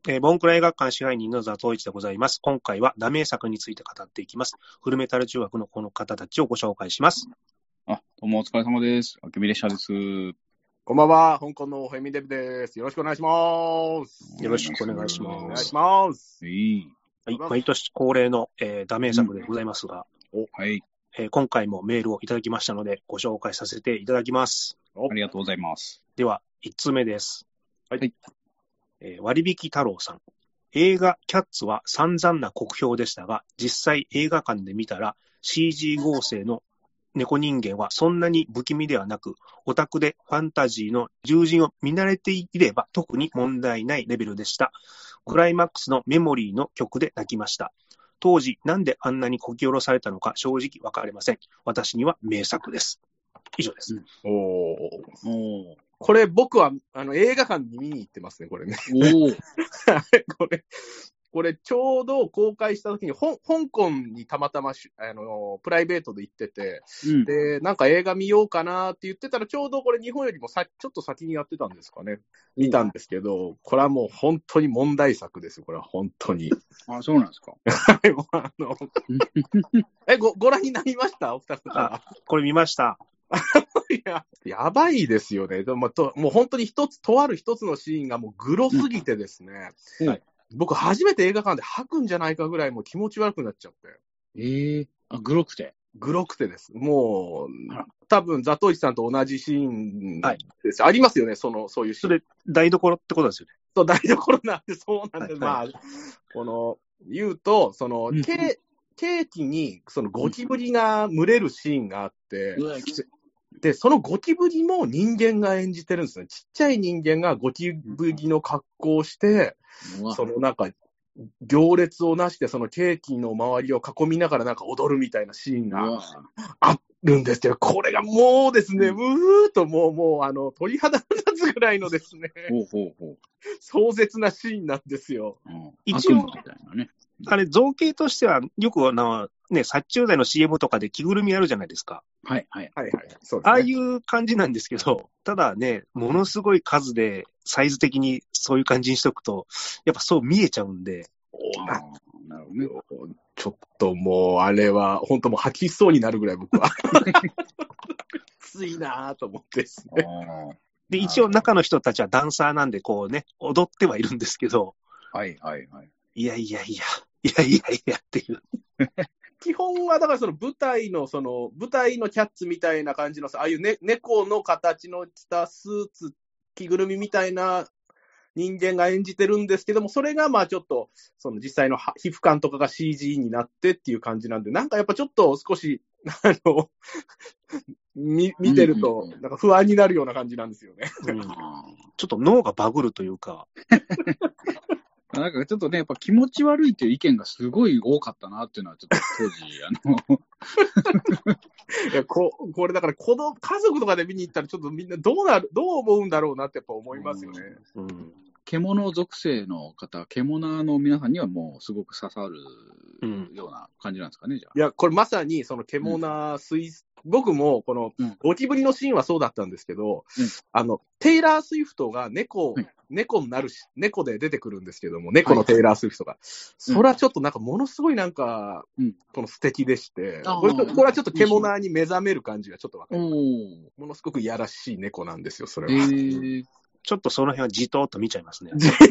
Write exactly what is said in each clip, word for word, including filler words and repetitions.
えー、ボンクラ映画館支配人の座頭市でございます。今回はダメ作について語っていきます。フルメタル中学のこの方たちをご紹介します。 あ、どうもお疲れ様です。あけび列車です。 こんばんは、香港のフェミデブです。よろしくお願いします。 よろしくお願いします。 お願いします。 いい。 はい、毎年恒例の、えー、ダメ作でございますが、 うん、はい、 えー、今回もメールをいただきましたので、ご紹介させていただきます。 ありがとうございます。 では、いっつうめです。 はい。 えー、割引太郎さん。映画キャッツは散々な酷評でしたが、実際映画館で見たら シージー 合成の猫人間はそんなに不気味ではなく、オタクでファンタジーの獣人を見慣れていれば特に問題ないレベルでした。クライマックスのメモリーの曲で泣きました。当時なんであんなにこき下ろされたのか正直わかりません。私には名作です。以上です。 うん、おー。これ僕はあの映画館に見に行ってますね、これね。 おこれ、これちょうど公開した時に香港にたまたまあのプライベートで行ってて、うん、で、なんか映画見ようかなって言ってたらちょうどこれ日本よりもさちょっと先にやってたんですかね。見たんですけど、うん、これはもう本当に問題作ですよ、これは本当に。 あ、そうなんですか。 はい、もうあのえ、ご、ご覧になりましたお二方は。 これ見ました。 いや、やばいですよね。でも、ともう本当に一つ、とある一つのシーンがもうグロすぎてですね。 うんはい、 僕、初めて映画館で吐くんじゃないかぐらいもう気持ち悪くなっちゃって。 えー、あ、グロくてグロくてです。もう、多分、ザトウイチさんと同じシーンです、 はい。 ありますよね、その、そういうシーン。 それ、台所ってことですよね。 そう、台所なんで、そうなんで、はい、まあ、 はい、 この、言うと、その、うん、ケ, ケーキに、そのゴキブリが群れるシーンがあって、 うん、うわ、きつい。 で、そのゴキブリも人間が演じてるんですね。ちっちゃい人間がゴキブリの格好をして、うん、そのなんか、行列をなして、そのケーキの周りを囲みながらなんか踊るみたいなシーンがあるんですけど、これがもうですね、うーっともう、もう、あの、鳥肌が立つぐらいのですね、 ほうほうほう壮絶なシーンなんですよ。 うん、一応、ね、 あれ、造形としては、よくあの、ね、殺虫剤の シーエム とかで着ぐるみあるじゃないですか。 はいはい。 はいはい。そうですね。 ああいう感じなんですけど、ただね、ものすごい数で、サイズ的にそういう感じにしとくと、やっぱそう見えちゃうんで。 な, なるほどね。ちょっともう、あれは、本当もう吐きそうになるぐらい僕は。きついなぁと思ってですね。 で、一応中の人たちはダンサーなんで、こうね、踊ってはいるんですけど。 はいはいはい。 いやいやいや、いやいやいやっていう。 基本はだからその舞台のその舞台のキャッツみたいな感じのさ、ああいう、ね、猫の形のしたスーツ着ぐるみみたいな人間が演じてるんですけども、それがまあちょっとその実際の皮膚感とかが シージー になってっていう感じなんで、なんかやっぱちょっと少しあの見見てるとなんか不安になるような感じなんですよね。 うん、ちょっと脳がバグるというか。 なんかちょっとね、やっぱ気持ち悪いっていう意見がすごい多かったなっていうのは、ちょっと当時、 あのいやこ、これだから子供、家族とかで見に行ったら、ちょっとみんなどうなる、どう思うんだろうなってやっぱ思いますよね。 うん、 獣属性の方、獣の皆さんにはもうすごく刺さるような感じなんですかね、うん、じゃあ。 いや、これまさにその獣水、うん、僕もこのゴキブリのシーンはそうだったんですけど、うん、あの、テイラー・スウィフトが猫、うん猫になるし、猫で出てくるんですけども、猫のテイラー・スウィフトが。はい、それはちょっとなんかものすごいなんか、うん、この素敵でして、これ、これはちょっと獣に目覚める感じがちょっとわかる。ものすごくいやらしい猫なんですよ、それは。えー、 ちょっとその辺はじとーっと見ちゃいますね。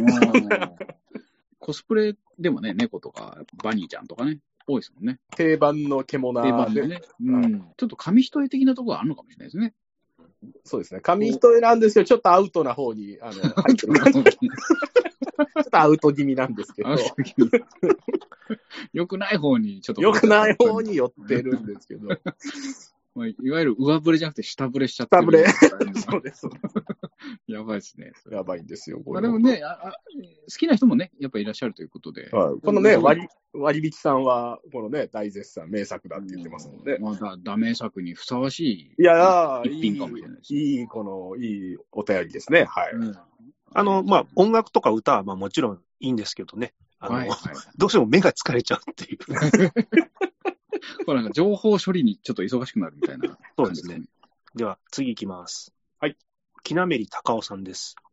コスプレでもね、猫とかバニーちゃんとかね、多いですもんね。 定番の獣で。 定番でね。うん。ちょっと紙一重的なところがあるのかもしれないですね。 そうですね。紙一重なんですけど、ちょっとアウトな方に、あの、入ってる感じ。ちょっとアウト気味なんですけど。 良くない方にちょっと。 良くない方に寄ってるんですけど。 まあ、いわゆる上振れじゃなくて下振れしちゃってる。 下振れ。そうです。 やばいですね。 やばいんですよ。 これまあ、でもねああ、好きな人もね、やっぱいらっしゃるということで。 はい、このね、割、割引さんは、このね、大絶賛、名作だって言ってますので。 まだ、ダメ作にふさわしい。 いや一品かもしれないです。 いい、この、いいお便りですね。はい。うん、 あの、まあ、音楽とか歌は、まあ、もちろんいいんですけどね。あの、はいはい、どうしても目が疲れちゃうっていう。 これなんか情報処理にちょっと忙しくなるみたいな、 そうですね。では、次行きます。 はい。 きなめりたかおさんです。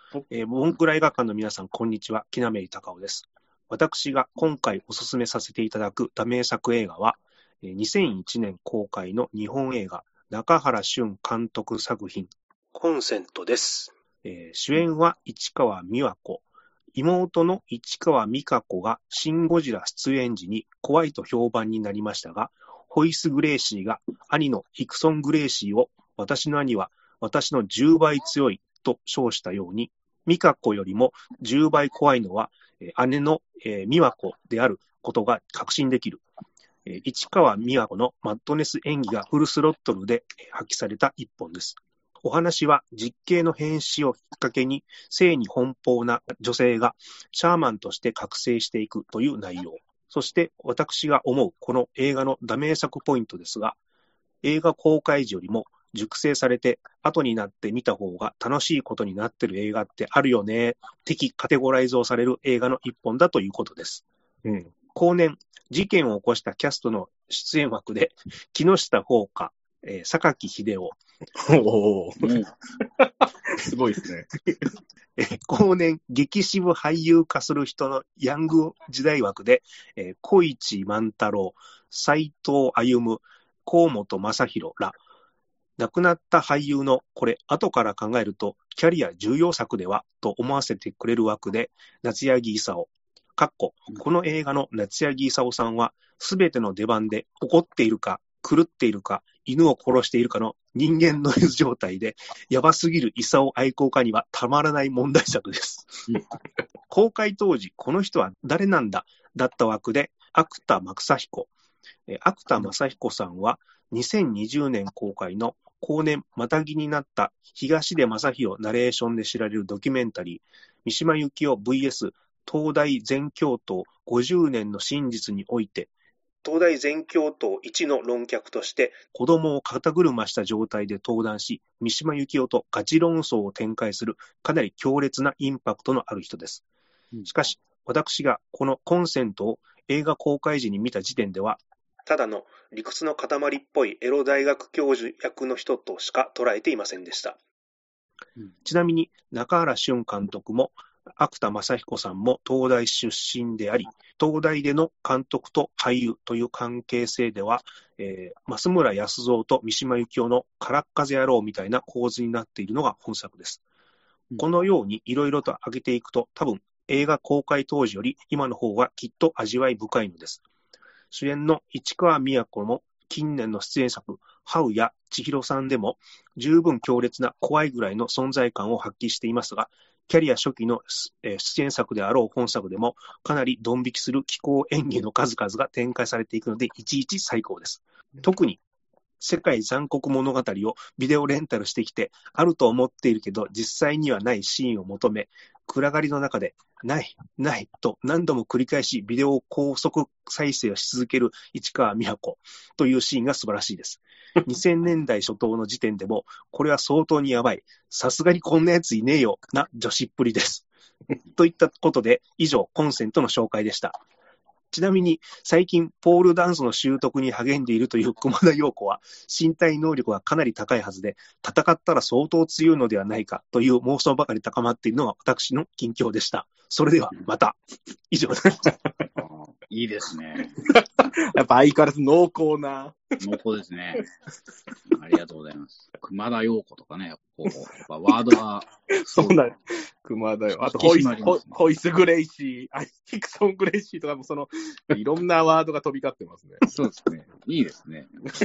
えー、モンクラ映画館の皆さん、こんにちは。木南隆夫です。私が今回お勧めさせていただく多名作映画は、にせんいちねん公開の日本映画、中原俊監督作品、コンセントです。えー、主演は市川美和子。妹の市川美香子がシン・ゴジラ出演時に怖いと評判になりましたが、ホイス・グレイシーが兄のヒクソン・グレイシーを私の兄は私のじゅうばい強いと称したように、美香子よりもじゅうばい怖いのは姉の美和子であることが確信できる。市川美和子のマッドネス演技がフルスロットルで発揮された一本です。お話は実刑の変死をきっかけに性に奔放な女性がシャーマンとして覚醒していくという内容。そして私が思うこの映画のダメ作ポイントですが、映画公開時よりも熟成されて後になって見た方が楽しいことになってる映画ってあるよね、的カテゴライズをされる映画の一本だということです。うん、後年、事件を起こしたキャストの出演枠で木下ほうか、えー、榊英雄、 おー、うん、すごいですね。 後年、激渋俳優化する人のヤング時代枠で、えー、小市万太郎、斎藤歩、河本正宏ら、亡くなった俳優のこれ、後から考えると、キャリア重要作ではと思わせてくれる枠で、夏柳功。かっこ、この映画の夏柳功さんは、すべての出番で怒っているか、狂っているか、犬を殺しているかの人間ノイズ状態で、やばすぎる功愛好家にはたまらない問題作です。公開当時、この人は誰なんだだった枠で、芥田正彦。芥田正彦さんは、にせんにじゅうねん公開の後年またぎになった東出昌大ナレーションで知られるドキュメンタリー、三島由紀夫 ブイエス 東大全教頭ごじゅうねんの真実において、東大全教頭いちの論客として子供を肩車した状態で登壇し、三島由紀夫とガチ論争を展開するかなり強烈なインパクトのある人です。しかし、私がこのコンセントを映画公開時に見た時点では、ただの理屈の塊っぽいエロ大学教授役の人としか捉えていませんでした。うん、ちなみに中原俊監督も芥田正彦さんも東大出身であり、東大での監督と俳優という関係性では、えー、増村康造と三島由紀夫のからっ風野郎みたいな構図になっているのが本作です。うん、このようにいろいろと挙げていくと、多分映画公開当時より今の方がきっと味わい深いのです。主演の市川美和子も近年の出演作、ハウや千尋さんでも十分強烈な怖いぐらいの存在感を発揮していますが、キャリア初期の出演作であろう本作でもかなりドン引きする奇行演技の数々が展開されていくので、いちいち最高です。特に世界残酷物語をビデオレンタルしてきて、あると思っているけど実際にはないシーンを求め、暗がりの中でない、ないと何度も繰り返しビデオ高速再生をし続ける市川美和子というシーンが素晴らしいです。にせんねんだい初頭の時点でも、これは相当にやばい、さすがにこんなやついねえよな女子っぷりです。といったことで、以上、コンセントの紹介でした。ちなみに、最近、ポールダンスの習得に励んでいるという熊田曜子は、身体能力がかなり高いはずで、戦ったら相当強いのではないかという妄想ばかり高まっているのが私の近況でした。それでは、また。以上です。 いいですね。 やっぱ相変わらず濃厚な。 濃厚ですね。ありがとうございます。熊田曜子とかね、こうやっぱワードが。 そうだよ。熊田よ。あとホイス、ホイスグレイシー、ヒクソングレイシーとかもその、いろんなワードが飛び交ってますね。 そうですね。いいですね。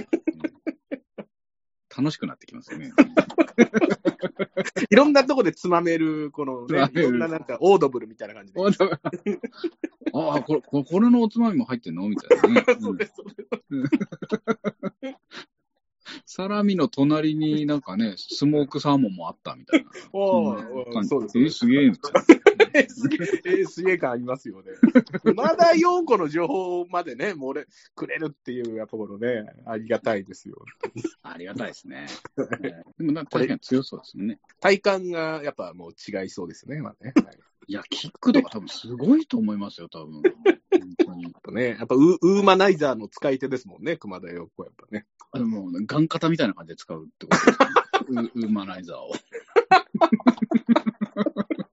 楽しくなってきますね。 いろんなとこでつまめる、このね、いろんななんかオードブルみたいな感じで。 ああ、これ、これのおつまみも入ってんのみたいなね。そうです、そうです。サラミの隣になんかね、スモークサーモンもあったみたいな。 おー、そうです。 え、すげえみたいな。 え、すげえ、え、すげえ感ありますよね。熊田曜子の情報までね、もう俺、くれるっていうやところね、ありがたいですよ。 ありがたいですね。でもなんか確かに強そうですね。 体感がやっぱもう違いそうですね、まあね。 いや、キックとか多分すごいと思いますよ、多分。本当に。 ね、やっぱウーマナイザーの使い手ですもんね、熊田曜子はやっぱね。 あでも、ガン型みたいな感じで使うってことですね。ウーマナイザーを。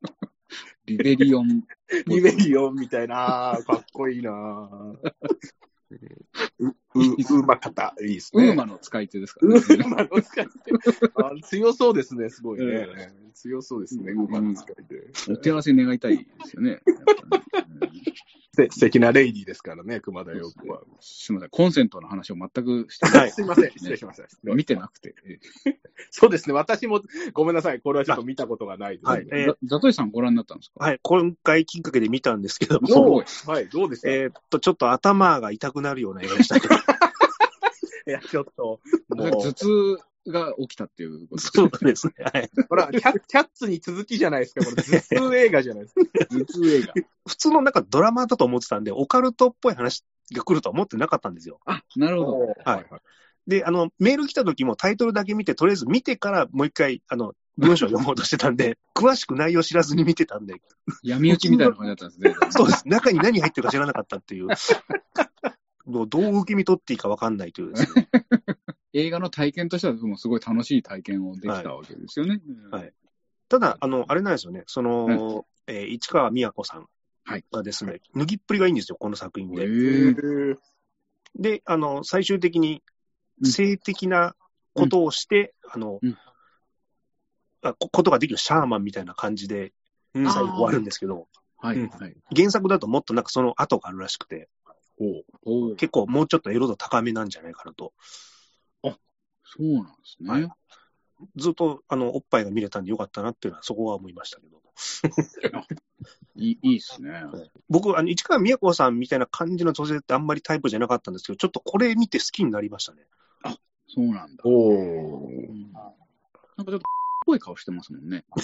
リベリオン。 リベリオンみたいな、かっこいいな。う、う、うまかた、いいですね。 ウーマの使い手ですからね。 ウーマの使い手。あ、強そうですね、すごいね。 え強そうですね、ウーマの使い手。 お手合わせ願いたいですよね。やっぱねす素敵なレイディーですからね、熊田曜子は。 すみません、コンセントの話を全くしてない。 すいません、失礼しました。 見てなくて。 そうですね、私もごめんなさい、これはちょっと見たことがないです、ね。 はい。えー、 ザトイさんご覧になったんですか？ はい。今回きっかけで見たんですけども、 すごい。 はい、どうでした？ えーっと、ちょっと頭が痛くなるような映画でしたけど。 いや、ちょっと、もう。 頭痛が起きたっていうことですそうですね。はい。 ほら、キャ、キャッツに続きじゃないですか、これ。頭痛映画じゃないですか。 頭痛映画。 普通のなんかドラマだと思ってたんで、オカルトっぽい話が来るとは思ってなかったんですよ。 あ、なるほど。 はい。で、あの、メール来た時もタイトルだけ見て、とりあえず見てからもう一回、あの、文章を読もうとしてたんで、詳しく内容知らずに見てたんで。 闇討ちみたいな感じだったんですね。 そうです。中に何入ってるか知らなかったっていう。もうどう受け身取っていいか分かんないというですね。 映画の体験としてはもうすごい楽しい体験をできたわけですよね。 はい。はい、ただ、あの、あれなんですよね。その、 はいえー、市川美和子さんがですね、はい、脱ぎっぷりがいいんですよ、この作品で。で、あの、最終的に性的なことをして、うん、あの、うん、あ、ことができるシャーマンみたいな感じで、最後終わるんですけど、 はい、はい。 原作だともっとなんかその後があるらしくて、 お結構もうちょっとエロ度高めなんじゃないかなと。 あ、そうなんですね。はい、 ずっとあのおっぱいが見れたんでよかったなっていうのはそこは思いましたけど。 いい、いいですね。 僕、あの市川美和子さんみたいな感じの女性ってあんまりタイプじゃなかったんですけど、ちょっとこれ見て好きになりましたね。 あ、そうなんだ。 おー。 うん、なんかちょっとっぽい顔してますもんね。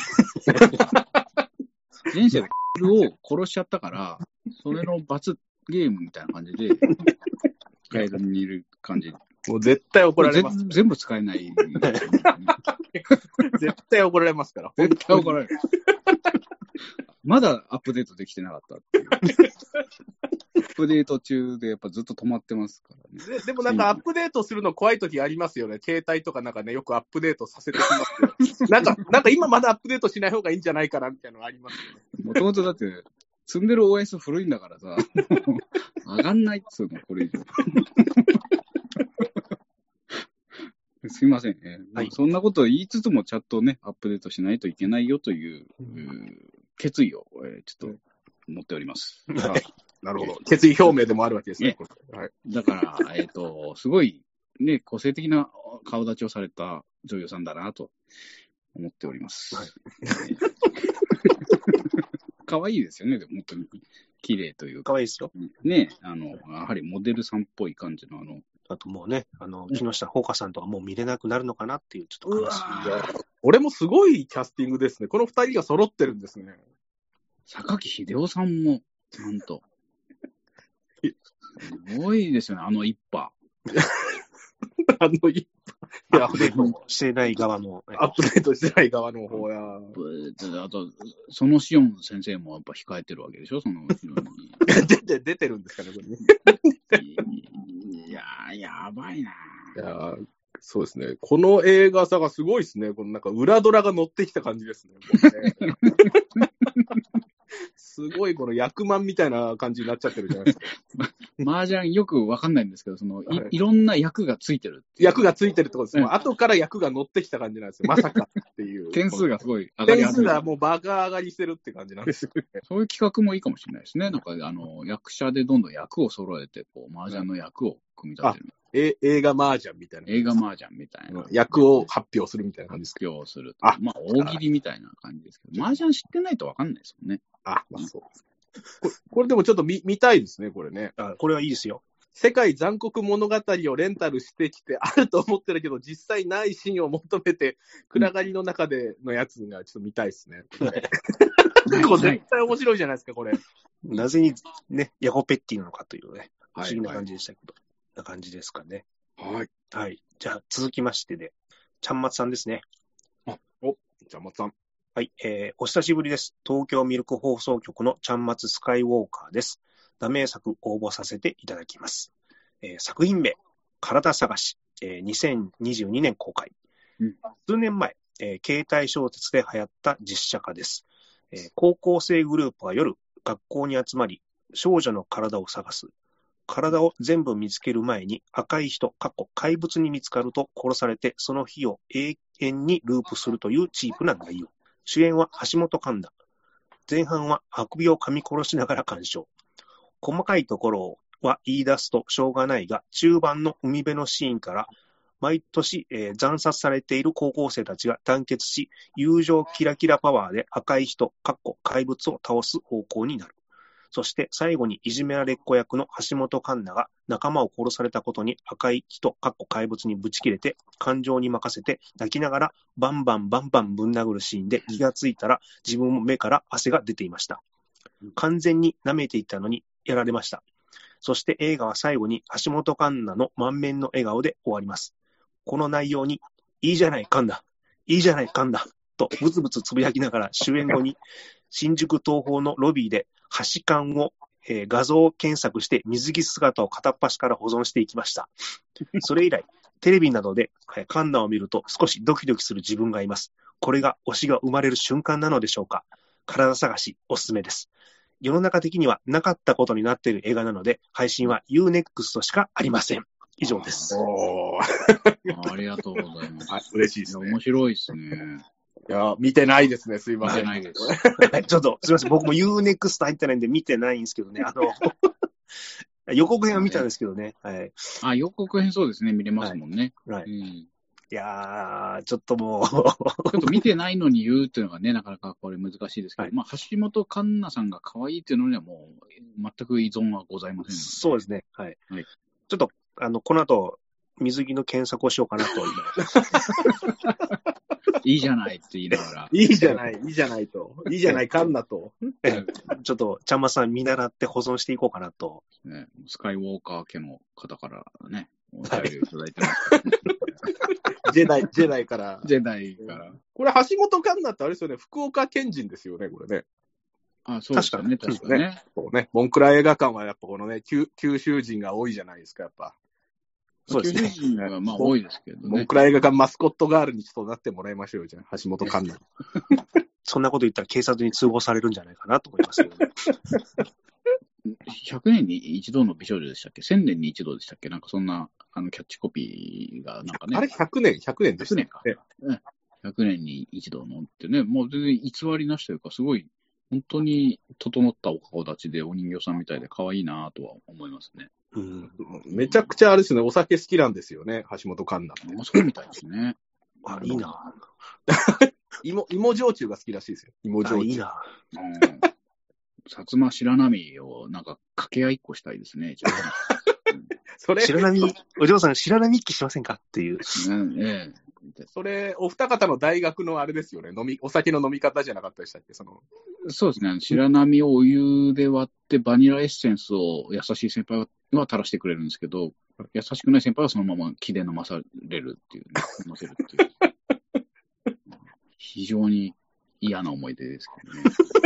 前世でを殺しちゃったから、それの罰ゲームみたいな感じで、カエルにいる感じ。 もう絶対怒られます。 全部使えない。 絶対怒られますから。 絶対怒られる。まだアップデートできてなかったっていう。アップデート中でやっぱずっと止まってますからね。 で, でもなんかアップデートするの怖い時ありますよね。携帯とかなんかね、よくアップデートさせてきますよ。なんか、なんか今まだアップデートしない方がいいんじゃないかなみたいなのありますよね。 もともとだって、積んでる オーエス 古いんだからさ、上がんないっつうの、これ以上。すいませんね、はい。そんなことを言いつつも、チャットをね、アップデートしないといけないよという、うん、決意を、えー、ちょっと持っております。 はい、なるほど。決意表明でもあるわけですね。 ねはい、だから、えっ、ー、と、すごい、ね、個性的な顔立ちをされた女優さんだなと思っております。はい可愛いですよね、でも本当に。綺麗というか。 可愛いですよ。 ね、あの、やはりモデルさんっぽい感じのあの。 あともうね、あの、木下ほうかさんとかもう見れなくなるのかなっていう、ちょっと悲しい。 俺もすごいキャスティングですね。この二人が揃ってるんですね。 榊秀夫さんも、なんと。すごいですよね、あの一派。 あの一いや、アップデートしてない側の。 アップデートしてない側の方や。 あと、そのシオン先生もやっぱ控えてるわけでしょ、その後ろに。 出て、出てるんですかね、これね。 いやー、やばいな。 いやそうですね。この映画さがすごいですね。このなんか裏ドラが乗ってきた感じですね。ねすごいこの役満みたいな感じになっちゃってるじゃないですか。 麻雀よくわかんないんですけど、その い,、はい、いろんな役がついてるて役がついてるってことです。うん、後から役が乗ってきた感じなんですよ。まさかっていう。 点数がすごい上がり点数がもうバカ上がりしてるって感じなんですよね。 そういう企画もいいかもしれないですね。なんかあの役者でどんどん役を揃えて、こう麻雀の役を組み立てる。 え映画麻雀みたいな。 映画麻雀みたいな。 役を発表するみたいな感じですか。 発表する。あ、まあ大喜利みたいな感じですけど、麻雀知ってないとわかんないですもんね。 あ、まあそうです。これ、これでもちょっと見、見たいですね、これね。 あ、これはいいですよ。 世界残酷物語をレンタルしてきて、あると思ってるけど、実際ないシーンを求めて、暗がりの中でのやつがちょっと見たいですね。これ絶対面白いじゃないですか、これ。 なぜにね、ヤホペッティなのかというね、不思議な感じでしたけど、はいはい、な感じですかね。 はい。 はい。じゃあ、続きましてで、ちゃんまつさんですね。 あ、お、ちゃんまつさん。 はい、えー、お久しぶりです。東京ミルク放送局のちゃんまつスカイウォーカーです。ダメ作応募させていただきます。えー、作品名、体探し、えー、にせんにじゅうにねん公開。うん、数年前、えー、携帯小説で流行った実写化です。 えー高校生グループは夜、学校に集まり、少女の体を探す。体を全部見つける前に赤い人、過去怪物に見つかると殺されて、その日を永遠にループするというチープな内容。主演は橋本環奈。前半はあくびを噛み殺しながら鑑賞。細かいところは言い出すとしょうがないが、中盤の海辺のシーンから毎年、えー惨殺されている高校生たちが団結し、友情キラキラパワーで赤い人、かっこ怪物を倒す方向になる。そして最後にいじめられっ子役の橋本環奈が仲間を殺されたことに赤い人、かっこ怪物にぶち切れて、感情に任せて泣きながらバンバンバンバンぶん殴るシーンで気がついたら自分も目から汗が出ていました。完全に舐めていたのにやられました。そして映画は最後に橋本環奈の満面の笑顔で終わります。この内容に、いいじゃない環奈、いいじゃない環奈とブツブツつぶやきながら主演後に新宿東宝のロビーで橋缶を、えー画像検索して水着姿を片っ端から保存していきました。それ以来、テレビなどでえーカンナを見ると少しドキドキする自分がいます。これが推しが生まれる瞬間なのでしょうか。体探しおすすめです。世の中的にはなかったことになっている映画なので、配信は ユーネクスト しかありません。以上です。 おー。 ありがとうございます。 はい、嬉しいですね。 いや面白いですね。 いや、見てないですね。すいま見せん。 てないです。 はいちょっと、すみません。僕も ユーネクスト 入ってないんで見てないんですけどね。あの、予告編は見たんですけどね。はい。 あ、予告編そうですね。見れますもんね。 はい。 うん、 いやー、ちょっともう、 ちょっと見てないのに言うっていうのがね、なかなかこれ難しいですけど、 はいまあ、橋本環奈さんが可愛いっていうのにはもう、全く依存はございませんので。 そうですね。はい。 はいちょっと、あの、この後、水着の検索をしようかなと今。 いいじゃないって言いながら。 いいじゃない、いいじゃないと。いいじゃない、カンナと。 えちょっと、ちゃんまさん見習って保存していこうかなと。 ね、スカイウォーカー家の方からね、お便りをいただいてます。 ジェダイ、ジェダイから。 ジェダイから。 これ、橋本環奈ってあれですよね、福岡県人ですよね、これね。 あ、そうですよね、確かね。 そうね。ボンクラ映画館はやっぱこのね、九九州人が多いじゃないですか、やっぱ。 そうですね九州人がまあ多いですけどね。 ボンクラ映画館マスコットガールにちょっとなってもらいましょうよ、じゃあ、橋本環奈。 そんなこと言ったら警察に通報されるんじゃないかなと思いますけど、ね。 ひゃくねんに一度の美少女でしたっけ？せんねんに一度でしたっけ？なんかそんなあのキャッチコピーがなんかね。 あれひゃくねん、ひゃくねんでしたひゃくねんか。ね、ひゃくねんに一度のってね、もう全然偽りなしというか、すごい、本当に整ったお顔立ちでお人形さんみたいで可愛いなとは思いますね。 うん。 めちゃくちゃあれですね、お酒好きなんですよね、橋本環奈って。 まあ、そうみたいですね。 あ、いいな。 芋、芋焼酎が好きらしいですよ。芋あ、 焼酎。 いいな。 うん薩摩白波をなんか掛け合いっこしたいですね。じゃあそれ、 白波、お嬢さん白波一揆しませんかっていう。 うんええそれ、お二方の大学のあれですよね、飲み、お酒の飲み方じゃなかったでしたっけ、その。 そうですね。白波をお湯で割ってバニラエッセンスを優しい先輩は垂らしてくれるんですけど、優しくない先輩はそのまま気で飲まされるっていう、ね、飲ませるっていう。非常に嫌な思い出ですけどね。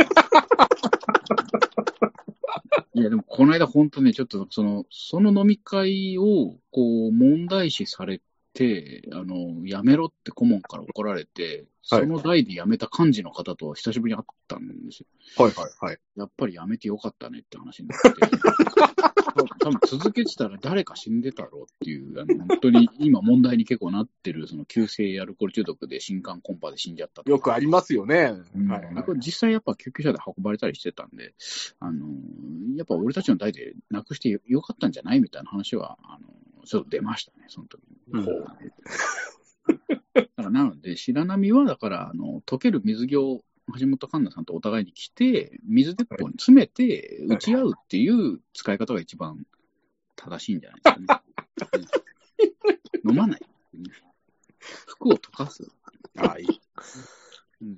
いや、でもこの間本当ね、ちょっとその、その飲み会をこう問題視されて、あの、やめろって顧問から怒られて、 はいその代で辞めた幹事の方と久しぶりに会ったんですよ。 はいはいはい。 やっぱり辞めてよかったねって話になって、多分続けてたら誰か死んでたろうっていう、あの本当に今問題に結構なってる、その急性アルコール中毒で心肝コンパで死んじゃったとかよくありますよね。 うんはいはいこれ実際やっぱ救急車で運ばれたりしてたんで、あのやっぱ俺たちの代で亡くしてよよかったんじゃないみたいな話は、あのちょっと出ましたね、その時に。 うんほうだからなので、白波はだからあの溶ける水着を橋本環奈さんとお互いに着て、水鉄砲に詰めて打ち合うっていう使い方が一番正しいんじゃないですかね。うん飲まない。服を溶かす。 ああ、いい。 うん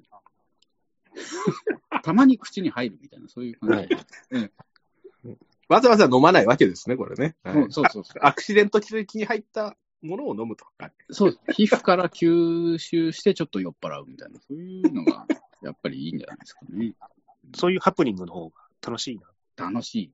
たまに口に入るみたいな、そういう感じ。 はいうんわざわざ飲まないわけですね、これね。はいそうそうそうそうアクシデント的に入ったものを飲むと。はいそうです。皮膚から吸収してちょっと酔っ払うみたいな、そういうのがやっぱりいいんじゃないですかね。 そういうハプニングの方が楽しいな。 楽しい。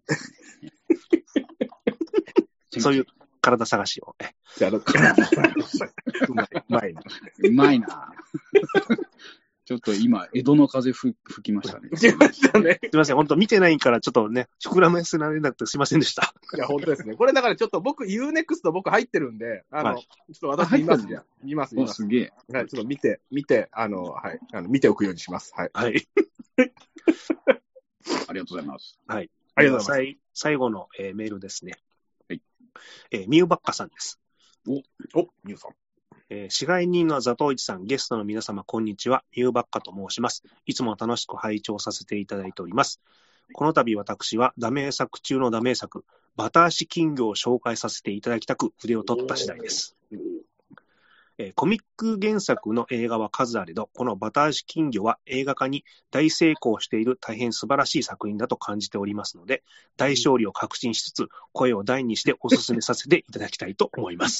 そういう体探しを。えじゃあ、うまい、うまいな。 うまいな。ちちょっと今、江戸の風吹吹きましたね。 吹きましたね。 すいません、本当見てないからちょっとね、膨らませられなくてすいませんでした。 いや、本当ですね。これだからちょっと僕、ユーネクスト 僕入ってるんで、あの、 はいちょっと私見ますじゃん。見ます、見お、 ます。 すげえ。 はい、ちょっと見て、見て、あの、はい、あの見ておくようにします。はい。 はい。 ありがとうございます。 はい。 ありがとうございます。最後の、えーメールですね。 はい。 えー、ミューバッカさんです。 お、ミュウさん。 えー、支配人のザトウイチさん、ゲストの皆様、こんにちは。ミューバッカと申します。いつも楽しく拝聴させていただいております。この度私は、ダメ作中のダメ作、バタ足金魚を紹介させていただきたく、筆を取った次第です。えー、コミック原作の映画は数あれど、このバタ足金魚は映画化に大成功している大変素晴らしい作品だと感じておりますので、大勝利を確信しつつ、声を大にしてお勧めさせていただきたいと思います。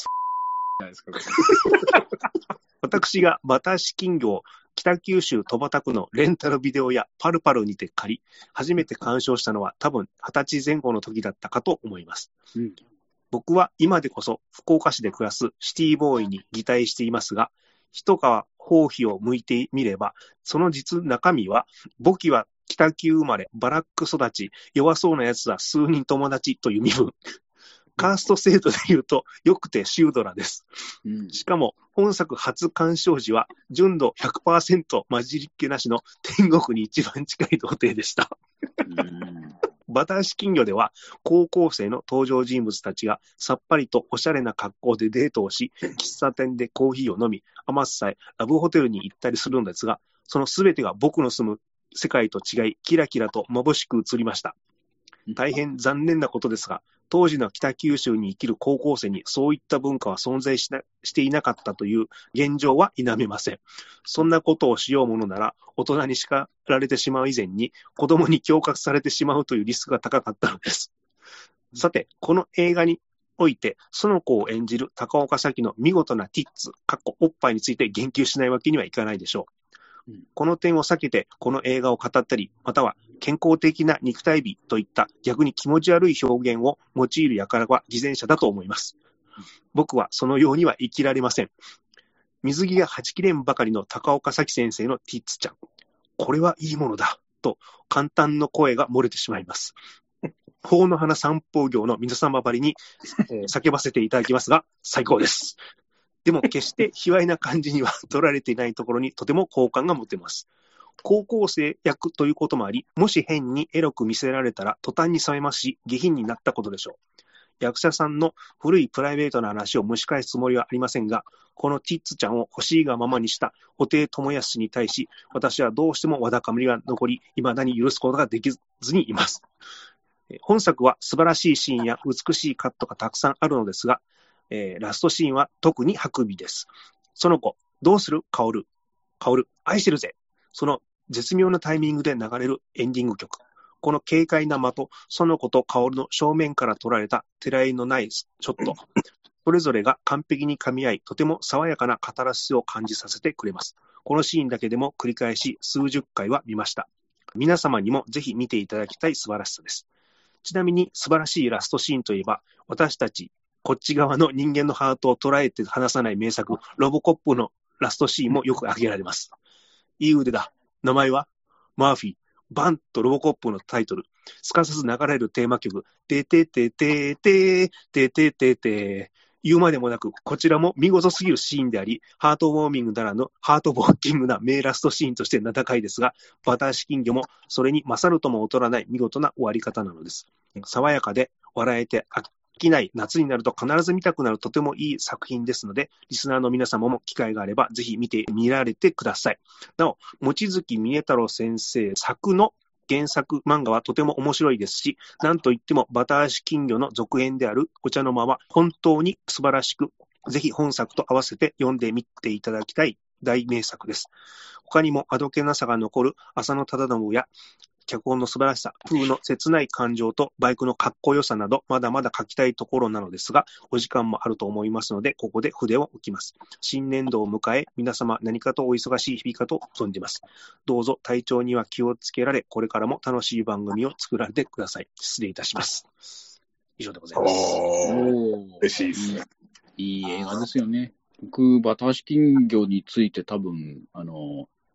私がバタ足金魚を北九州戸畑区のレンタルビデオやパルパルにて借り、初めて鑑賞したのは多分はたちぜん後の時だったかと思います。うん、僕は今でこそ福岡市で暮らすシティボーイに擬態していますが、一皮包皮を剥いてみれば、その実中身は、簿記は北九生まれ、バラック育ち、弱そうな奴は数人友達という身分。カースト制度で言うと、よくてシュードラです。うん、しかも、本作初鑑賞時は、純度 ひゃくパーセント 混じりっけなしの天国に一番近い童貞でした。うんバタ足金魚では、高校生の登場人物たちがさっぱりとおしゃれな格好でデートをし、喫茶店でコーヒーを飲み、余すさえラブホテルに行ったりするのですが、そのすべてが僕の住む世界と違い、キラキラと眩しく映りました。大変残念なことですが、当時の北九州に生きる高校生にそういった文化は存在しな、していなかったという現状は否めません。そんなことをしようものなら、大人に叱られてしまう以前に、子供に恐喝されてしまうというリスクが高かったのです。さて、この映画において、園子を演じる高岡早紀の見事なティッツ、かっこおっぱいについて言及しないわけにはいかないでしょう。この点を避けて、この映画を語ったり、または健康的な肉体美といった逆に気持ち悪い表現を用いる輩は偽善者だと思います。僕はそのようには生きられません。水着がはち切れんばかりの高岡早紀先生のティッツちゃん。これはいいものだ、と簡単の声が漏れてしまいます。法の花散歩業の皆様ばりに、えー、叫ばせていただきますが、最高です。でも決して卑猥な感じには取られていないところにとても好感が持てます。高校生役ということもあり、もし変にエロく見せられたら途端に冷めますし、下品になったことでしょう。役者さんの古いプライベートな話を蒸し返すつもりはありませんが、このティッツちゃんを欲しいがままにした布袋寅泰に対し、私はどうしてもわだかまりが残り、未だに許すことができずにいます。本作は素晴らしいシーンや美しいカットがたくさんあるのですが、えー、ラストシーンは特にハクビです。その子、どうする？カオル。カオル、愛してるぜ。その絶妙なタイミングで流れるエンディング曲。この軽快な間と、その子とカオルの正面から撮られたてらいのないショット。それぞれが完璧に噛み合い、とても爽やかなカタラシスを感じさせてくれます。このシーンだけでも繰り返し数十回は見ました。皆様にもぜひ見ていただきたい素晴らしさです。ちなみに素晴らしいラストシーンといえば、私たち、こっち側の人間のハートを捉えて離さない名作、ロボコップのラストシーンもよく挙げられます。いい腕だ。名前はマーフィー。バンとロボコップのタイトル。すかさず流れるテーマ曲。ててててててててて言うまでもなく、こちらも見事すぎるシーンであり、ハートウォーミングならぬハートウォーキングな名ラストシーンとして名高いですが、バタ足金魚もそれに勝るとも劣らない見事な終わり方なのです。爽やかで笑えて飽きない夏になると必ず見たくなるとてもいい作品ですので、リスナーの皆様も機会があればぜひ見てみられてください。なお、望月峰太郎先生作の原作漫画はとても面白いですし、なんといってもバタ足金魚の続編であるお茶の間は本当に素晴らしく、ぜひ本作と合わせて読んでみていただきたい大名作です。他にもあどけなさが残る浅野忠信や脚本の素晴らしさ、風の切ない感情とバイクのかっこよさなど、まだまだ書きたいところなのですが、お時間もあると思いますので、ここで筆を置きます。新年度を迎え、皆様何かとお忙しい日々かと存じます。どうぞ体調には気をつけられ、これからも楽しい番組を作られてください。失礼いたします。以上でございます。 おー、嬉しいですね。 いい映画ですよね。僕、バタ足金魚について多分、あの、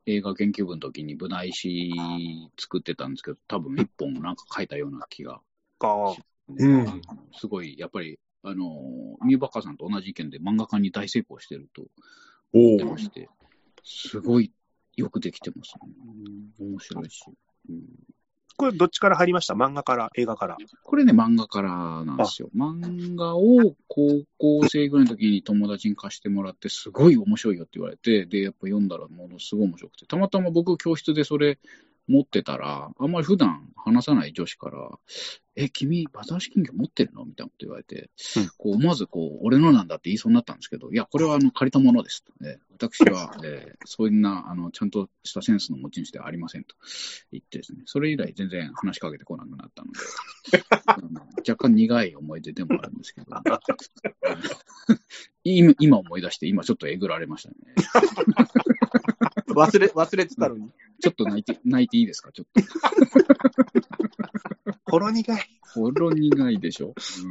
映画研究部の時に部内詩作ってたんですけど、多分一本なんか書いたような気が。 か。 うんすごい、やっぱり、あの、ミューバッカーさんと同じ意見で漫画家に大成功してると思ってまして、すごいよくできてますね。面白いし。うん、 これどっちから入りました？漫画から映画から？ これね、漫画からなんですよ。漫画を高校生ぐらいの時に友達に貸してもらって、すごい面白いよって言われて、で、やっぱ読んだらものすごい面白くて、たまたま僕教室でそれ持ってたら、あんまり普段話さない女子から、え、君、バタ足金魚持ってるのみたいなこと言われて、うん、こう、思わず、こう、俺のなんだって言いそうになったんですけど、いや、これは、あの、借りたものですと、ね。私は、えー、そういうな、あの、ちゃんとしたセンスの持ち主ではありませんと言ってですね、それ以来全然話しかけてこなくなったので、若干苦い思い出でもあるんですけど、今、今思い出して、今ちょっとえぐられましたね。 忘れ、忘れてたのに。 ちょっと泣いて、泣いていいですか、ちょっと。 ほろ苦い。 ほろ苦いでしょ。うん、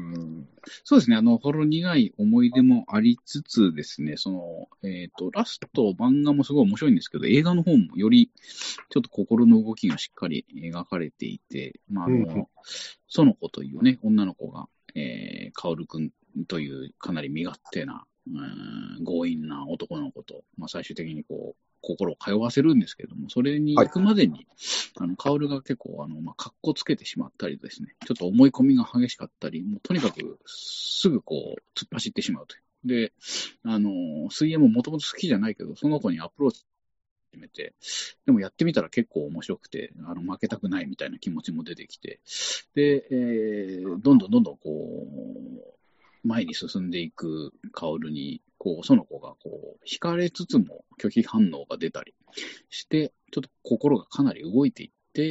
そうですね、あの、ほろ苦い思い出もありつつですね、その、えっと、ラスト、漫画もすごい面白いんですけど、映画の方もより、ちょっと心の動きがしっかり描かれていて、まあ、あの、うん、園子というね、女の子が、えー、薫くんというかなり身勝手な、うん、強引な男の子と、まあ、最終的にこう、心を通わせるんですけれども、それに行くまでに、はい、あの、薫が結構、あの、まあ、格好つけてしまったりですね、ちょっと思い込みが激しかったり、もうとにかくすぐこう、突っ走ってしまうという。で、あの、水泳ももともと好きじゃないけど、その子にアプローチ始めて、でもやってみたら結構面白くて、あの、負けたくないみたいな気持ちも出てきて、で、えー、どんどんどんどんこう、前に進んでいく薫に、こう、その子がこう、惹かれつつも拒否反応が出たりして、ちょっと心がかなり動いていって、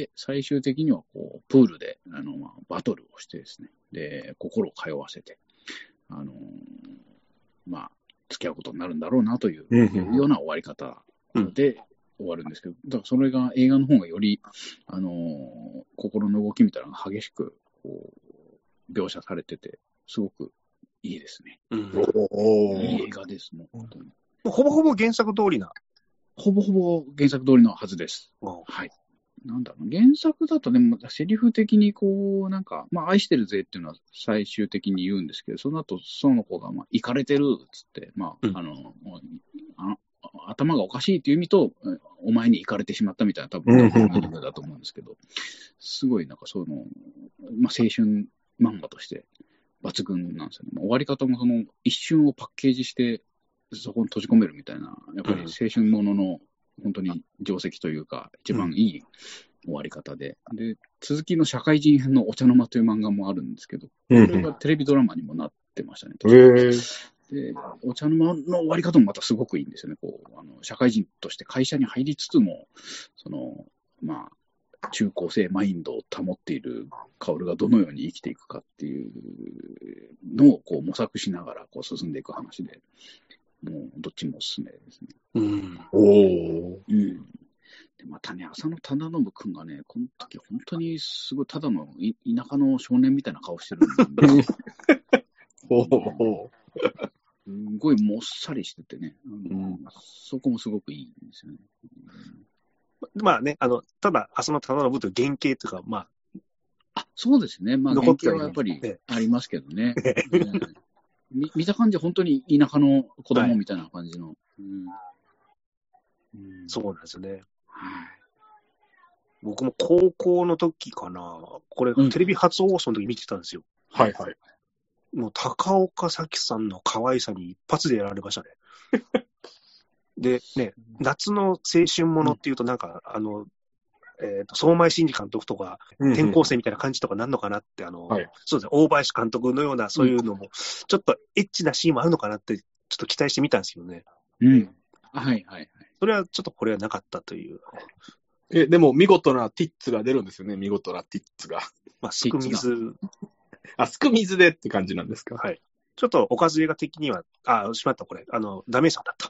最終的にはこう、プールで、あの、まあ、バトルをしてですね、で、心を通わせて、あのー、まあ、付き合うことになるんだろうなという、うんうん、ような終わり方で終わるんですけど、だからそれが映画の方がより、あのー、心の動きみたいなのが激しく、こう、描写されてて、すごくいいですね。うん、いい映画です、もう本当に。 ほぼほぼ原作通りな。 ほぼほぼ原作通りのはずです。はい。なんだろう、原作だとね、セリフ的にこう、なんか、まあ、愛してるぜっていうのは最終的に言うんですけど、その後、その子が、まあ、イかれてるっつって、まあ、うん、あの、あ頭がおかしいっていう意味と、お前にイかれてしまったみたいな、多分、ミニングだと思うんですけど、すごい、なんかその、まあ、青春漫画として、抜群なんですよね。終わり方もその一瞬をパッケージしてそこに閉じ込めるみたいな、やっぱり青春ものの本当に定石というか、一番いい終わり方で、うん、で、続きの社会人編のお茶の間という漫画もあるんですけど、これがテレビドラマにもなってましたね。 うん、 で、お茶の間の終わり方もまたすごくいいんですよね。こう、あの、社会人として会社に入りつつも、その、まあ、中高生マインドを保っている薫がどのように生きていくかっていうのをこう模索しながらこう進んでいく話で、もうどっちもおすすめですね。 うん。おー。 うん。でまたね、浅野忠信くんがね、この時本当にすごいただの田舎の少年みたいな顔してるんで、 ほうほう。 すごいもっさりしててね、うん、そこもすごくいいんですよね。うんまあね、あの、ただ、浅野忠信という原型というか、まあ。あ、そうですね。まあ、原型はやっぱりありますけどね。ね見, 見た感じ、本当に田舎の子供みたいな感じの。はいうんうん、そうなんですよね。 はい、 僕も高校の時かな、これ、うん、テレビ初放送の時見てたんですよ。 はいはい。 もう、高岡早紀さんの可愛さに一発でやられましたね。でね、夏の青春ものっていうと、なんか、うん、あの、えっと、相米真司監督とか、転校生みたいな感じとかなんのかなって、あの、はい、そうですね、大林監督のような、そういうのも、ちょっとエッチなシーンもあるのかなって、ちょっと期待してみたんですよね。 うん。はいはいはい。 それはちょっとこれはなかったという。 え、でも見事なティッツが出るんですよね、見事なティッツが。 まあ、すく水。 あ、すく水でって感じなんですか。 はい。ちょっとおかず映画的には、あ、しまった、これ。あの、ダメさだった。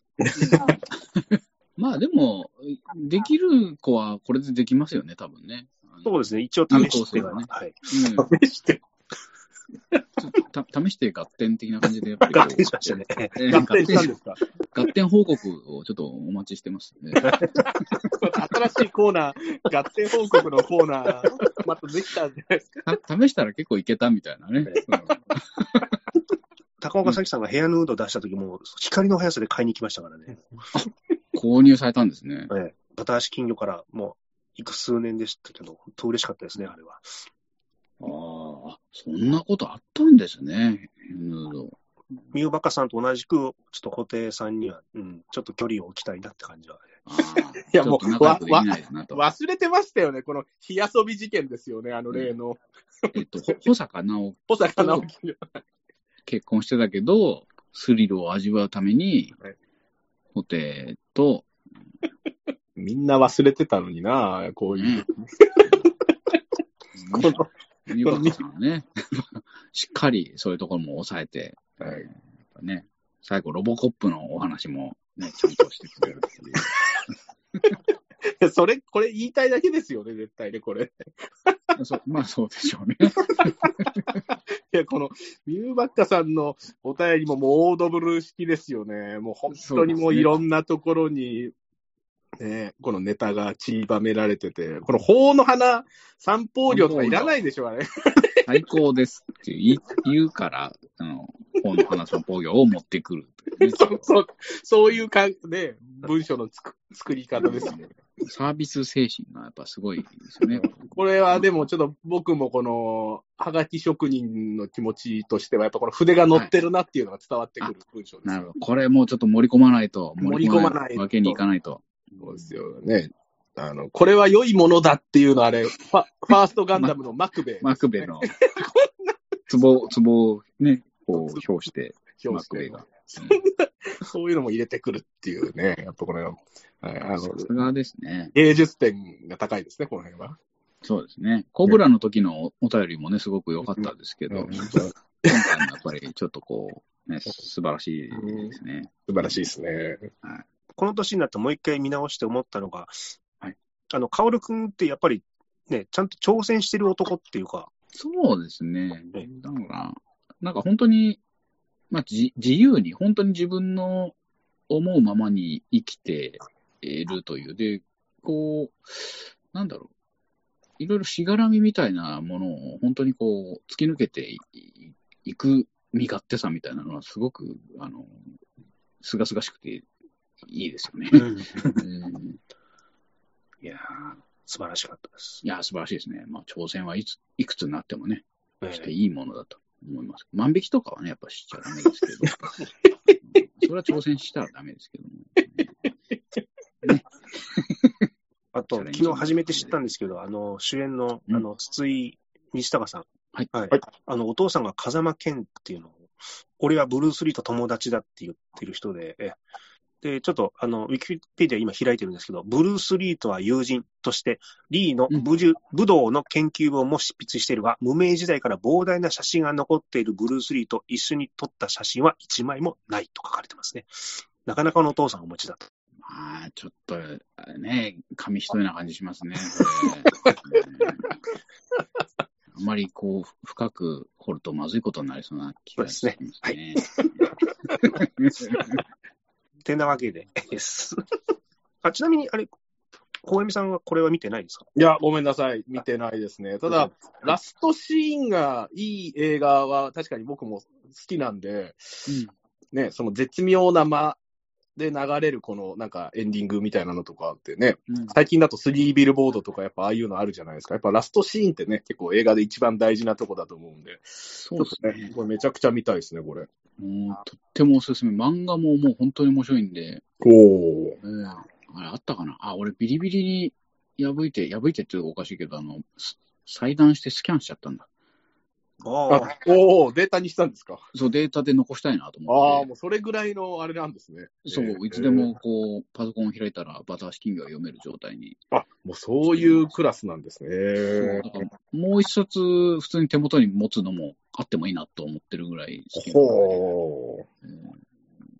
まあでも、できる子はこれでできますよね、多分ね。 そうですね、一応試してはね。はい。 うん、試して。 た試して合点的な感じでやっぱりこう。 合点しましたね。 えー合点したんですか？ 合点報告をちょっとお待ちしてますね。 新しいコーナー、合点報告のコーナー、またできたんじゃないですか。 た試したら結構いけたみたいなね。 高岡早紀さんがヘアヌード出した時も、光の速さで買いに行きましたからね。 購入されたんですね。 ええ、バタ足金魚からもう、幾数年でしたけど、本当嬉しかったですね、あれは。 ああ、そんなことあったんですね。ヌード。 ミューバカさんと同じく、ちょっと布袋さんには、うん、ちょっと距離を置きたいなって感じは。 ああ、 いやもうちょっと仲良くできないですなと。 忘れてましたよね、この火遊び事件ですよね、あの例の。 えっと、ほ保坂直保坂直樹。 結婚してたけど、スリルを味わうために、 はい布袋と、 みんな忘れてたのにな、こういう。 ね、 このミューバカさんはね、しっかりそういうところも抑えて、 はいやっぱね、最後ロボコップのお話もね、ちゃんとしてくれるっていう。 それ、これ言いたいだけですよね、絶対ね、これ。 そまあそうでしょうね。 いや、この、ミューバッカさんのお便りももうオードブル式ですよね。もう本当にもういろんなところに、ね、このネタが散りばめられてて、この法の花散歩料とかいらないでしょうね。 最高ですって言い言うから、あの、本の花散歩業を持ってくるっていうね、 そうそう、そういうか、ね、文章のつく作り方ですね。 サービス精神がやっぱすごいですよね。 これはでもちょっと僕もこの、はがき職人の気持ちとしては、やっぱこの筆が乗ってるなっていうのが伝わってくる文章です、 なるほど。これもうちょっと盛り込まないと、 盛り込まないとわけにいかないと。 そうですよね。あの、これは良いものだっていうのはあれ、ファファーストガンダムのマクベ、ね、 マクベの、ツボ、ツボをね、こう、表して、マクベが。 そういうのも入れてくるっていうね、やっぱこれは、はい、あの、 さすがですね。 芸術点が高いですね、この辺は。 そうですね。コブラの時のお便りもね、すごく良かったですけど、 うん、 今回もやっぱりちょっとこう、ね、素晴らしいですね。 素晴らしいですね。 はい、 この年になってもう一回見直して思ったのが、 はい、 あの、カオルくんってやっぱりね、ちゃんと挑戦してる男っていうか。 そうですね。だから、なんか本当に、まあ、じ自由に、本当に自分の思うままに生きているという。で、こう、なんだろう。いろいろしがらみみたいなものを本当にこう、突き抜けていく身勝手さみたいなのはすごく、あの、すがすがしくていいですよね。うん、 いやー、素晴らしかったです。 いやー、素晴らしいですね。まあ、挑戦はいつ、いくつになってもね、していいものだと思います。万引きとかはね、やっぱしちゃダメですけど、それは挑戦したらダメですけども、ね。 あと、昨日初めて知ったんですけど、あの、主演の、あの、筒井西隆さん。 はい。 はい。あの、お父さんが風間健っていうのを、俺はブルース・リーと友達だって言ってる人で、えで、ちょっと、あの、ウィキペディア今開いてるんですけど、ブルース・リーとは友人として、リーの武術、武道の研究本も執筆しているが、無名時代から膨大な写真が残っているブルース・リーと一緒に撮った写真は一枚もないと書かれてますね。なかなかのお父さんをお持ちだと。 まあ、ちょっと、ね、紙一重な感じしますね。あまりこう、深く掘るとまずいことになりそうな気がしますね。 そうですね。はい。てなわけでです。あ、ちなみに、あれ、小泉さんはこれは見てないですか？ いや、ごめんなさい。見てないですね。ただ、ラストシーンがいい映画は確かに僕も好きなんで、うん、ね、その絶妙な間で流れるこのなんかエンディングみたいなのとかってね、うん、最近だとスリービルボードとかやっぱああいうのあるじゃないですか。やっぱラストシーンってね、結構映画で一番大事なとこだと思うんで。 そうですね。 これめちゃくちゃ見たいですね、これ。 もうとってもおすすめ。漫画ももう本当に面白いんで。 おー。 えー、あれあったかなあ、俺ビリビリに破いて、破いてって言うとおかしいけど、あの、裁断してスキャンしちゃったんだ。 ああ、おー、データにしたんですか？ そう、データで残したいなと思って。 ああ、もうそれぐらいのあれなんですね。 そう、いつでもこう、パソコンを開いたらバタ足金魚が読める状態に。 あ、もうそういうクラスなんですね。 そう、だからもう一冊普通に手元に持つのもあってもいいなと思ってるぐらい好きなので。 ほー。えー、あ、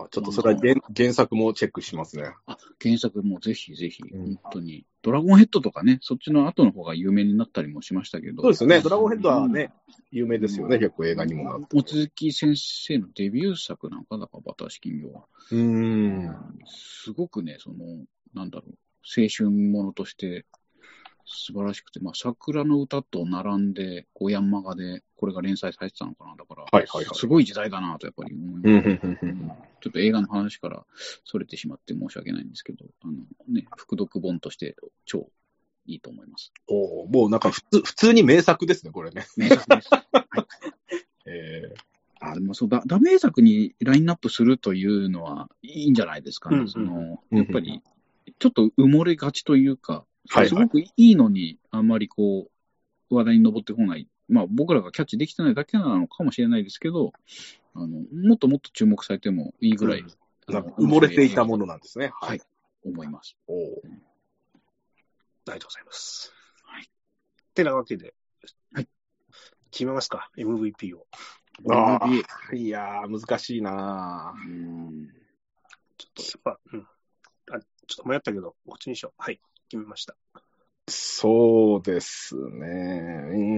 あ、ちょっとそれは原原作もチェックしますね。 あ、原作もぜひぜひ、 うん本当に。ドラゴンヘッドとかね、そっちの後の方が有名になったりもしましたけど。 そうですよね。ドラゴンヘッドはね、有名ですよね。結構映画にもなって。 望月先生のデビュー作なんかだから、バタ足金魚は。 うーん。 すごくね、その、なんだろう、青春ものとして素晴らしくて、まあ、桜の歌と並んで、こうヤンマガで、これが連載されてたのかな。だから、 はいはいはい。 すごい時代だなと、やっぱり思います。 うんうんうんうんちょっと映画の話からそれてしまって申し訳ないんですけど、あのね、副読本として超いいと思います。 おー、もうなんか普通、普通に名作ですね、これね。 名作です。はい。 えー、 あ、でもそうだ、ダ名作にラインナップするというのはいいんじゃないですかね。 うんうんそのうんやっぱり、ちょっと埋もれがちというか、 はいはいすごくいいのに、あんまりこう、話題に上ってこない。まあ、僕らがキャッチできてないだけなのかもしれないですけど、あのもっともっと注目されてもいいぐらい、 うんなんか埋もれていたものなんですね。 はい、思います。 おー、 ありがとうございます。 はい。 てなわけで、 はい。 決めますか、エムブイピー を。 ああ、いやー、難しいなうーん。 ちょっとやっぱ、うん。あ、ちょっと迷ったけど、こっちにしよう。はい、決めました。 そうですね。うー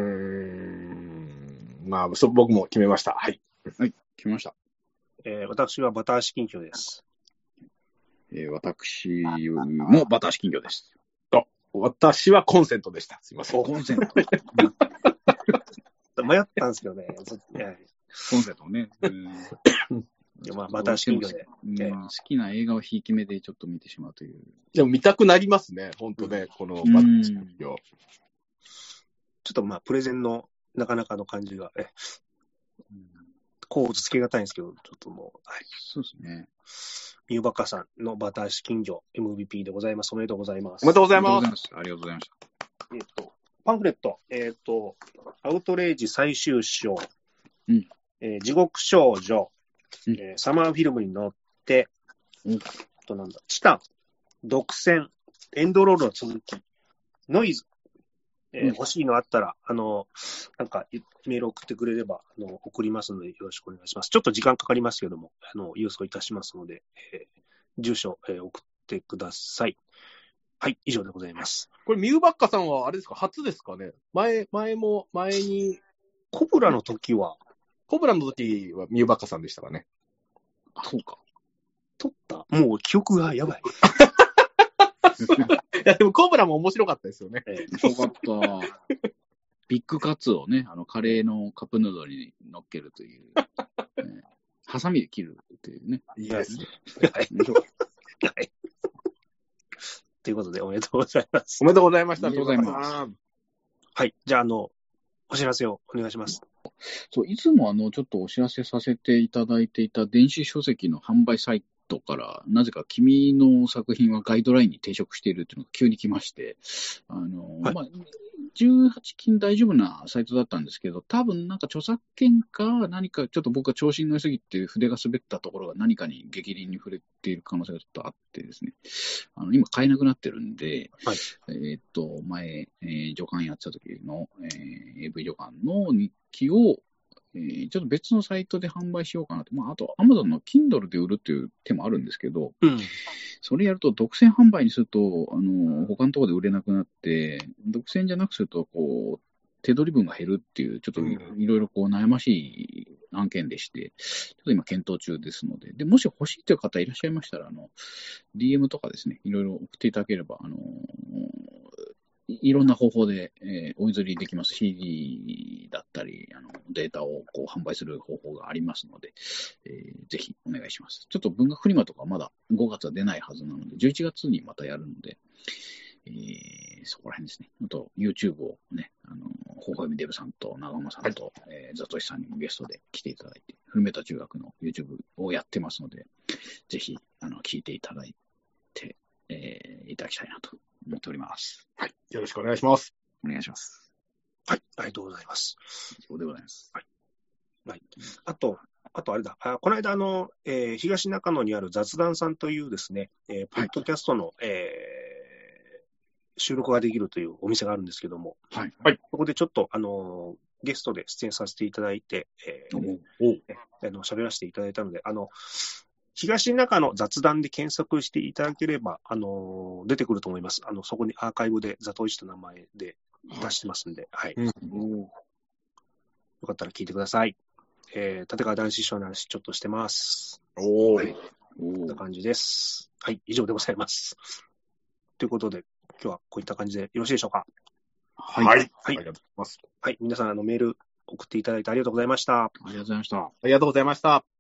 ん。まあ、そ僕も決めました。はい。 はい、来ました。 えー私はバタ足金魚です。 えー、私もバタ足金魚です。 私はコンセントでした。すいません。 コンセント。 迷ったんですけどね、ずっとねコンセントね。うんいやまあバタ足金魚で。 うんええ好きな映画をひいき目でちょっと見てしまうという。 でも見たくなりますね。本当ね、このバッチリを。 ちょっとまあ、プレゼンのなかなかの感じが、え、こうつけがたいんですけど、ちょっともう、はい。 そうですね。 ミューバッカさんのバタ足金魚 エムブイピー でございます。おめでとうございます。 おめでとうございありがとうます。 ございます。ありがとうございました。 えっと、パンフレット、えっと、アウトレイジ最終章、 うんえー地獄少女、 うんえーサマーフィルムに乗って、 うんあとなんだ、チタン、独占、エンドロールの続き、ノイズ、えーうん欲しいのあったら、あの、なんかメール送ってくれれば、あの、送りますのでよろしくお願いします。ちょっと時間かかりますけども、あの、郵送いたしますので、えー住所、えー送ってください。はい、以上でございます。 これ、ミューバッカさんはあれですか、初ですかね。前、前も、前に、 コブラの時は、 コブラの時はミューバッカさんでしたかね。 あ、そうか。 撮ったもう記憶がやばい。 いや、でもコブラも面白かったですよね。 えーよかった。ビッグカツをね、あの、カレーのカップヌードルに乗っけるという。ねハサミで切るっていうね。 いいですね。 はい。 面白かった。 はい。ということで、おめでとうございますお。めでとうございました。 おめでとうございますミューバッカさんはい。じゃあ、あの、お知らせをお願いします。 そう、いつもあの、ちょっとお知らせさせていただいていた電子書籍の販売サイトから、なぜか君の作品はガイドラインに抵触しているっていうのが急に来まして、あの、 はいまあ、じゅうはち禁大丈夫なサイトだったんですけど、多分なんか著作権か何かちょっと僕が調子に乗りすぎて筆が滑ったところが何かに激鱗に触れている可能性がちょっとあってですね、あの今買えなくなってるんで、 はいえーっと、前、えー助監やってた時の、えーエーブイ 助監の日記を、えーちょっと別のサイトで販売しようかなと。まあ、あと、Amazon の Kindle で売るっていう手もあるんですけど、 うん。 それやると独占販売にすると、あの、他のところで売れなくなって、独占じゃなくすると、こう、手取り分が減るっていう、ちょっというんいろいろこう悩ましい案件でして、ちょっと今検討中ですので、で、もし欲しいという方いらっしゃいましたら、あの、ディーエム とかですね、いろいろ送っていただければ、あの、いいろんな方法で、えーお譲りできます。シーディー だったり、あのデータをこう販売する方法がありますので、えーぜひお願いします。ちょっと文学フリマとかまだごがつは出ないはずなので、じゅういちがつにまたやるので、えーそこら辺ですね。あと、YouTube をね、あの、ほほえみデブさんと長間さんと、えーザトシさんにもゲストで来ていただいて、古メタ中学の YouTube をやってますので、ぜひ、あの、聞いていただいて、えーいただきたいなと思っております。 はい。よろしくお願いします。 お願いします。 はい。ありがとうございます。 以上でございます。 あと、あとあれだ。あこの間、あの、えー東中野にある雑談さんというですね、えーポッドキャストの、えー収録ができるというお店があるんですけども、 はい。 はい。 そこでちょっと、あの、ゲストで出演させていただいて、えーおうえあの喋らせていただいたので、あの、 東中野雑談で検索していただければ、あのー出てくると思います。あの、そこにアーカイブでザトウイチという名前で出してますんで、はい。 うん。 よかったら聞いてください。えー、立川談志師匠の話ちょっとしてます。 おー。 はい。こんな感じです。はい、以上でございます。ということで、今日はこういった感じでよろしいでしょうか。 はい。 はい。 ありがとうございます。 はい、皆さん、あの、メール送っていただいてありがとうございました。 ありがとうございました。 ありがとうございました。